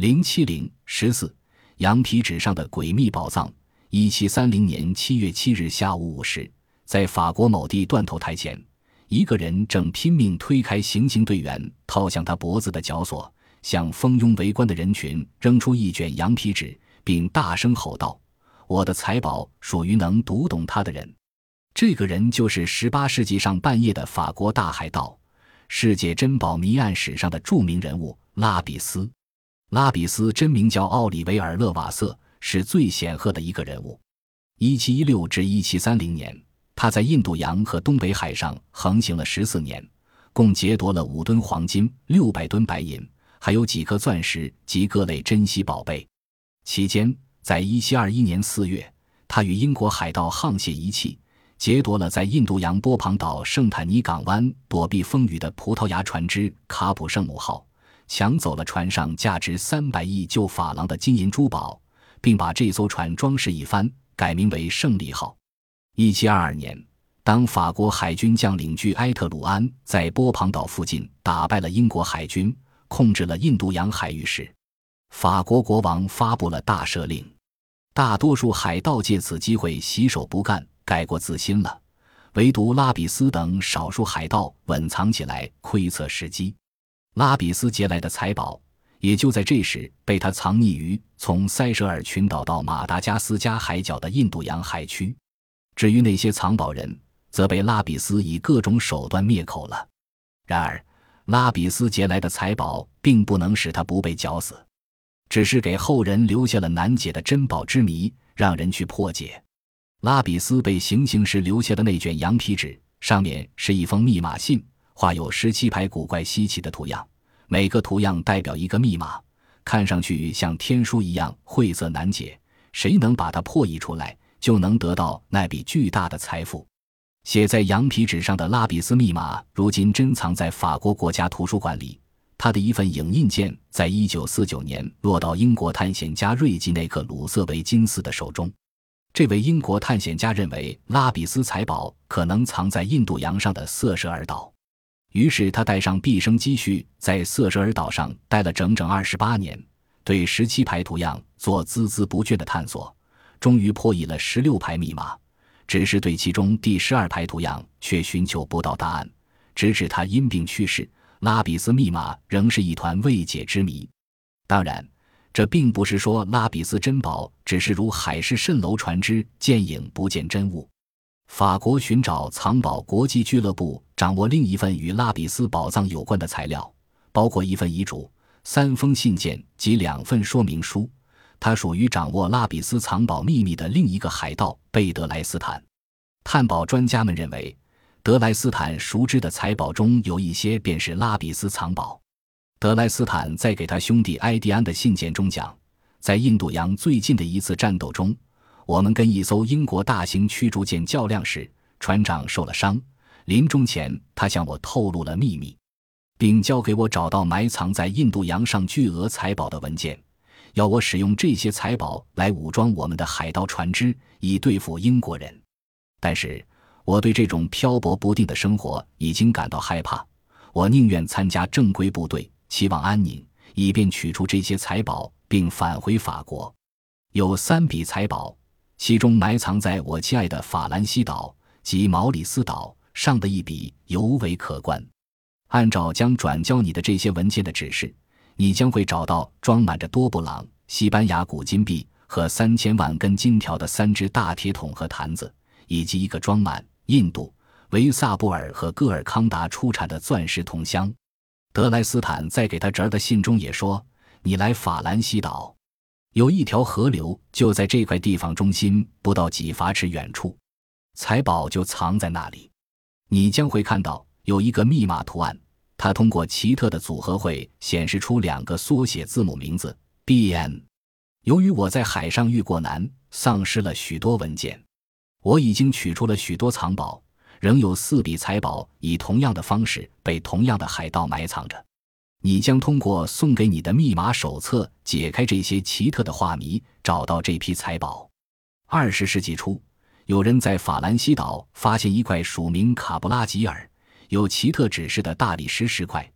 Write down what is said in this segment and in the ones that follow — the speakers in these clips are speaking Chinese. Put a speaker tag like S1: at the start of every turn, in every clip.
S1: 070-14羊皮纸上的诡秘宝藏。1730年7月7日下午5时，在法国某地断头台前，一个人正拼命推开行刑队员套向他脖子的绞索，向蜂拥围观的人群扔出一卷羊皮纸，并大声吼道：我的财宝属于能读懂它的人。这个人就是18世纪上半叶的法国大海盗，世界珍宝谜案史上的著名人物拉比斯。拉比斯真名叫奥里维尔·勒瓦瑟，是最显赫的一个人物。1716至1730年，他在印度洋和东北海上横行了14年，共劫夺了5吨黄金、600吨白银，还有几颗钻石及各类珍稀宝贝。期间，在1721年4月，他与英国海盗沆瀣一气，劫夺了在印度洋波旁岛圣坦尼港湾躲避风雨的葡萄牙船只卡普圣母号，抢走了船上价值300亿旧法郎的金银珠宝，并把这艘船装饰一番，改名为胜利号。1722年，当法国海军将领居埃特鲁安在波旁岛附近打败了英国海军，控制了印度洋海域时，法国国王发布了大赦令。大多数海盗借此机会洗手不干，改过自新了，唯独拉比斯等少数海盗稳藏起来，窥测时机。拉比斯劫来的财宝也就在这时被他藏匿于从塞舌尔群岛到马达加斯加海角的印度洋海区。至于那些藏宝人，则被拉比斯以各种手段灭口了。然而，拉比斯劫来的财宝并不能使他不被绞死，只是给后人留下了难解的珍宝之谜，让人去破解。拉比斯被行刑时留下的那卷羊皮纸，上面是一封密码信，画有17排古怪稀奇的图样，每个图样代表一个密码，看上去像天书一样晦涩难解，谁能把它破译出来，就能得到那笔巨大的财富。写在羊皮纸上的拉比斯密码如今珍藏在法国国家图书馆里，他的一份影印件在1949年落到英国探险家瑞吉内克·鲁瑟维金斯的手中。这位英国探险家认为拉比斯财宝可能藏在印度洋上的瑟舍尔岛，于是他带上毕生积蓄，在瑟舍尔岛上待了整整28年，对17排图样做孜孜不倦的探索，终于破译了16排密码，只是对其中第12排图样却寻求不到答案，直至他因病去世，拉比斯密码仍是一团未解之谜。当然，这并不是说拉比斯珍宝只是如海市蜃楼船只，见影不见真物。法国寻找藏宝国际俱乐部掌握另一份与拉比斯宝藏有关的材料，包括一份遗嘱、3封信件及2份说明书。他属于掌握拉比斯藏宝秘密的另一个海盗贝德莱斯坦。探宝专家们认为，德莱斯坦熟知的财宝中有一些便是拉比斯藏宝。德莱斯坦在给他兄弟埃迪安的信件中讲，在印度洋最近的一次战斗中，我们跟一艘英国大型驱逐舰较量时，船长受了伤，临终前他向我透露了秘密，并交给我找到埋藏在印度洋上巨额财宝的文件，要我使用这些财宝来武装我们的海盗船只，以对付英国人。但是我对这种漂泊不定的生活已经感到害怕，我宁愿参加正规部队，期望安宁，以便取出这些财宝并返回法国。有3笔财宝，其中埋藏在我亲爱的法兰西岛及毛里斯岛上的一笔尤为可观。按照将转交你的这些文件的指示，你将会找到装满着多布朗、西班牙古金币和3000万根金条的3只大铁桶和坛子，以及一个装满印度、维萨布尔和戈尔康达出产的钻石铜箱。德莱斯坦在给他侄儿的信中也说，你来法兰西岛，有一条河流就在这块地方中心不到几法尺远处，财宝就藏在那里。你将会看到有一个密码图案，它通过奇特的组合会显示出2个缩写字母名字 BN。 由于我在海上遇过难，丧失了许多文件，我已经取出了许多藏宝，仍有4笔财宝以同样的方式被同样的海盗埋藏着。你将通过送给你的密码手册解开这些奇特的画谜，找到这批财宝。20世纪初，有人在法兰西岛发现一块署名卡布拉吉尔、有奇特指示的大理石石块，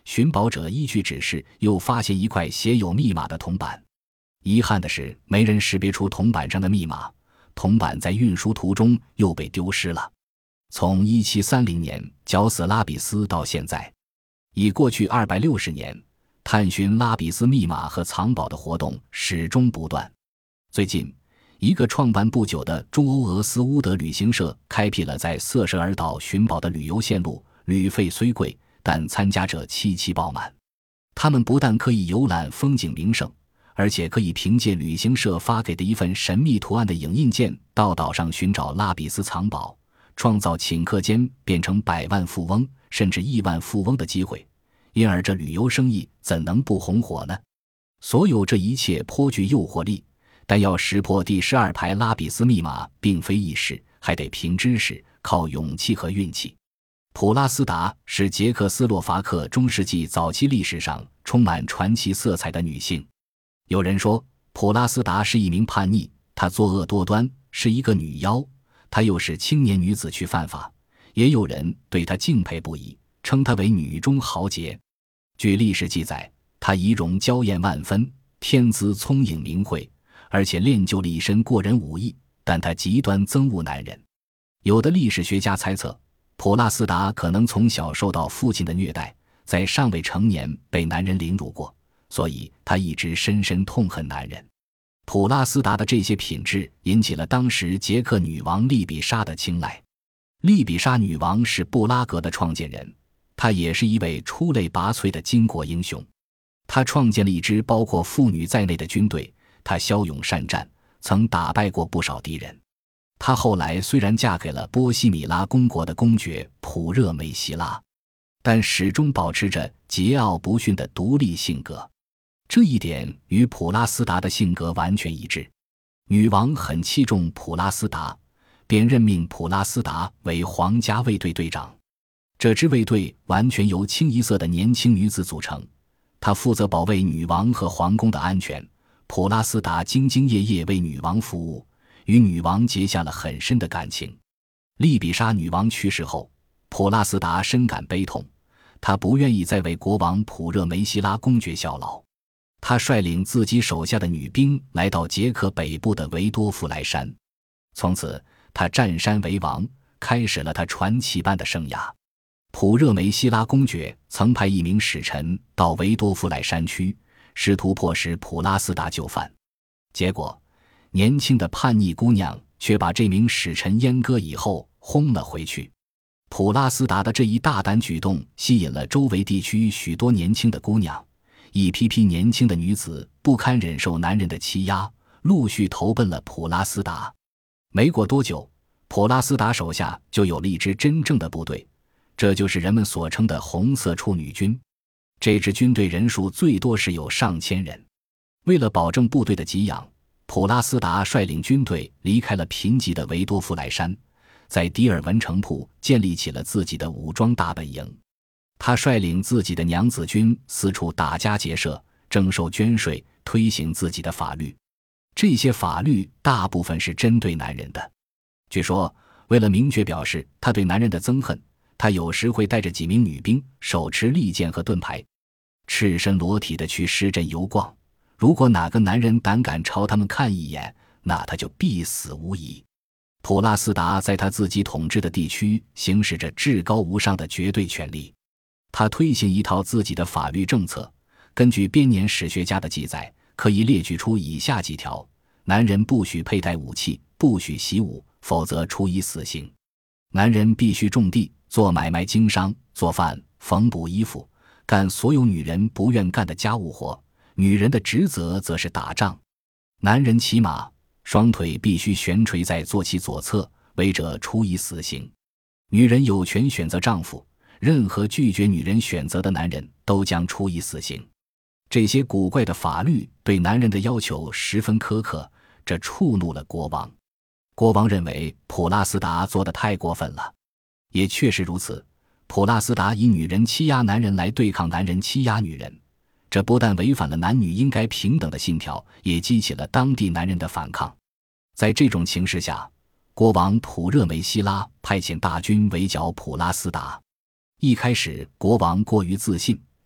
S1: 寻宝者依据指示又发现一块写有密码的铜板。遗憾的是，没人识别出铜板上的密码，铜板在运输途中又被丢失了。从1730年绞死拉比斯到现在，已过去260年，探寻拉比斯密码和藏宝的活动始终不断。最近，一个创办不久的中欧俄斯乌德旅行社开辟了在瑟舍尔岛寻宝的旅游线路，旅费虽贵，但参加者期期爆满。他们不但可以游览风景名胜，而且可以凭借旅行社发给的一份神秘图案的影印件到岛上寻找拉比斯藏宝，创造顷刻间变成百万富翁甚至亿万富翁的机会。因而这旅游生意怎能不红火呢？所有这一切颇具诱惑力，但要识破第12排拉比斯密码并非易事，还得凭知识，靠勇气和运气。普拉斯达是捷克斯洛伐克中世纪早期历史上充满传奇色彩的女性。有人说普拉斯达是一名叛逆，她作恶多端，是一个女妖，她又使青年女子去犯法。也有人对她敬佩不已，称她为女中豪杰。据历史记载，她仪容娇艳万分，天资聪颖明慧，而且练就了一身过人武艺，但她极端憎恶男人。有的历史学家猜测，普拉斯达可能从小受到父亲的虐待，在尚未成年被男人凌辱过，所以她一直深深痛恨男人。普拉斯达的这些品质引起了当时捷克女王利比莎的青睐。利比莎女王是布拉格的创建人，她也是一位出类拔萃的巾帼英雄。她创建了一支包括妇女在内的军队，她骁勇善战，曾打败过不少敌人。她后来虽然嫁给了波西米拉公国的公爵普热梅希拉，但始终保持着桀骜不驯的独立性格。这一点与普拉斯达的性格完全一致。女王很器重普拉斯达，便任命普拉斯达为皇家卫队队长。这支卫队完全由清一色的年轻女子组成，她负责保卫女王和皇宫的安全。普拉斯达兢兢业业为女王服务，与女王结下了很深的感情。利比莎女王去世后，普拉斯达深感悲痛，她不愿意再为国王普热梅希拉公爵效劳。她率领自己手下的女兵来到捷克北部的维多夫莱山，从此她占山为王，开始了她传奇般的生涯。普热梅希拉公爵曾派一名使臣到维多夫莱山区，试图迫使普拉斯达就范，结果年轻的叛逆姑娘却把这名使臣阉割以后轰了回去。普拉斯达的这一大胆举动吸引了周围地区许多年轻的姑娘，一批批年轻的女子不堪忍受男人的欺压，陆续投奔了普拉斯达。没过多久，普拉斯达手下就有了一支真正的部队，这就是人们所称的红色处女军。这支军队人数最多时有上千人。为了保证部队的给养，普拉斯达率领军队离开了贫瘠的维多夫莱山，在迪尔文城铺建立起了自己的武装大本营。他率领自己的娘子军四处打家劫舍，征收捐税，推行自己的法律。这些法律大部分是针对男人的。据说为了明确表示他对男人的憎恨，他有时会带着几名女兵，手持利剑和盾牌，赤身裸体地去市镇游逛。如果哪个男人胆敢朝他们看一眼，那他就必死无疑。普拉斯达在他自己统治的地区行使着至高无上的绝对权力。他推行一套自己的法律政策，根据编年史学家的记载，可以列举出以下几条：男人不许佩戴武器，不许习武，否则处以死刑；男人必须种地、做买卖经商、做饭、缝补衣服，干所有女人不愿干的家务活，女人的职责则是打仗；男人骑马，双腿必须悬垂在坐骑左侧，违者处以死刑；女人有权选择丈夫，任何拒绝女人选择的男人都将处以死刑。这些古怪的法律对男人的要求十分苛刻，这触怒了国王。国王认为普拉斯达做得太过分了。也确实如此，普拉斯达以女人欺压男人来对抗男人欺压女人，这不但违反了男女应该平等的信条，也激起了当地男人的反抗。在这种情势下，国王普热梅希拉派遣大军围剿普拉斯达。一开始国王过于自信，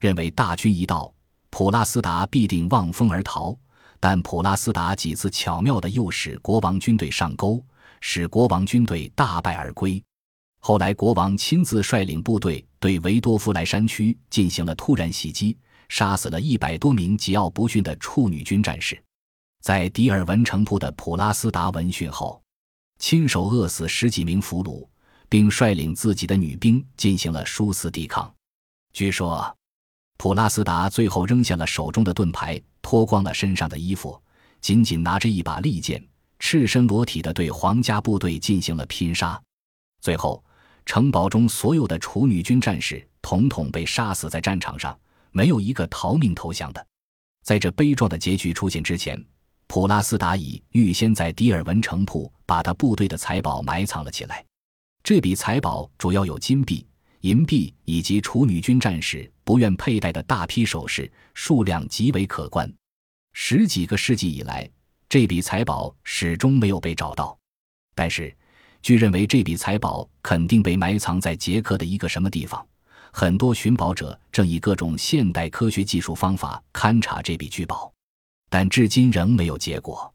S1: 认为大军一到，普拉斯达必定望风而逃，但普拉斯达几次巧妙地诱使国王军队上钩，使国王军队大败而归。后来国王亲自率领部队对维多夫莱山区进行了突然袭击，杀死了100多名桀骜不驯的处女军战士。在迪尔文城铺的普拉斯达闻讯后，亲手饿死10几名俘虏，并率领自己的女兵进行了殊死抵抗。据说普拉斯达最后扔下了手中的盾牌，脱光了身上的衣服，仅仅拿着一把利剑，赤身裸体地对皇家部队进行了拼杀。最后城堡中所有的处女军战士统统被杀死在战场上，没有一个逃命投降的。在这悲壮的结局出现之前，普拉斯达已预先在迪尔文城铺把他部队的财宝埋藏了起来。这笔财宝主要有金币、银币以及处女军战士不愿佩戴的大批首饰，数量极为可观。10几个世纪以来，这笔财宝始终没有被找到。但是据认为这笔财宝肯定被埋藏在捷克的一个什么地方，很多寻宝者正以各种现代科学技术方法勘察这笔巨宝，但至今仍没有结果。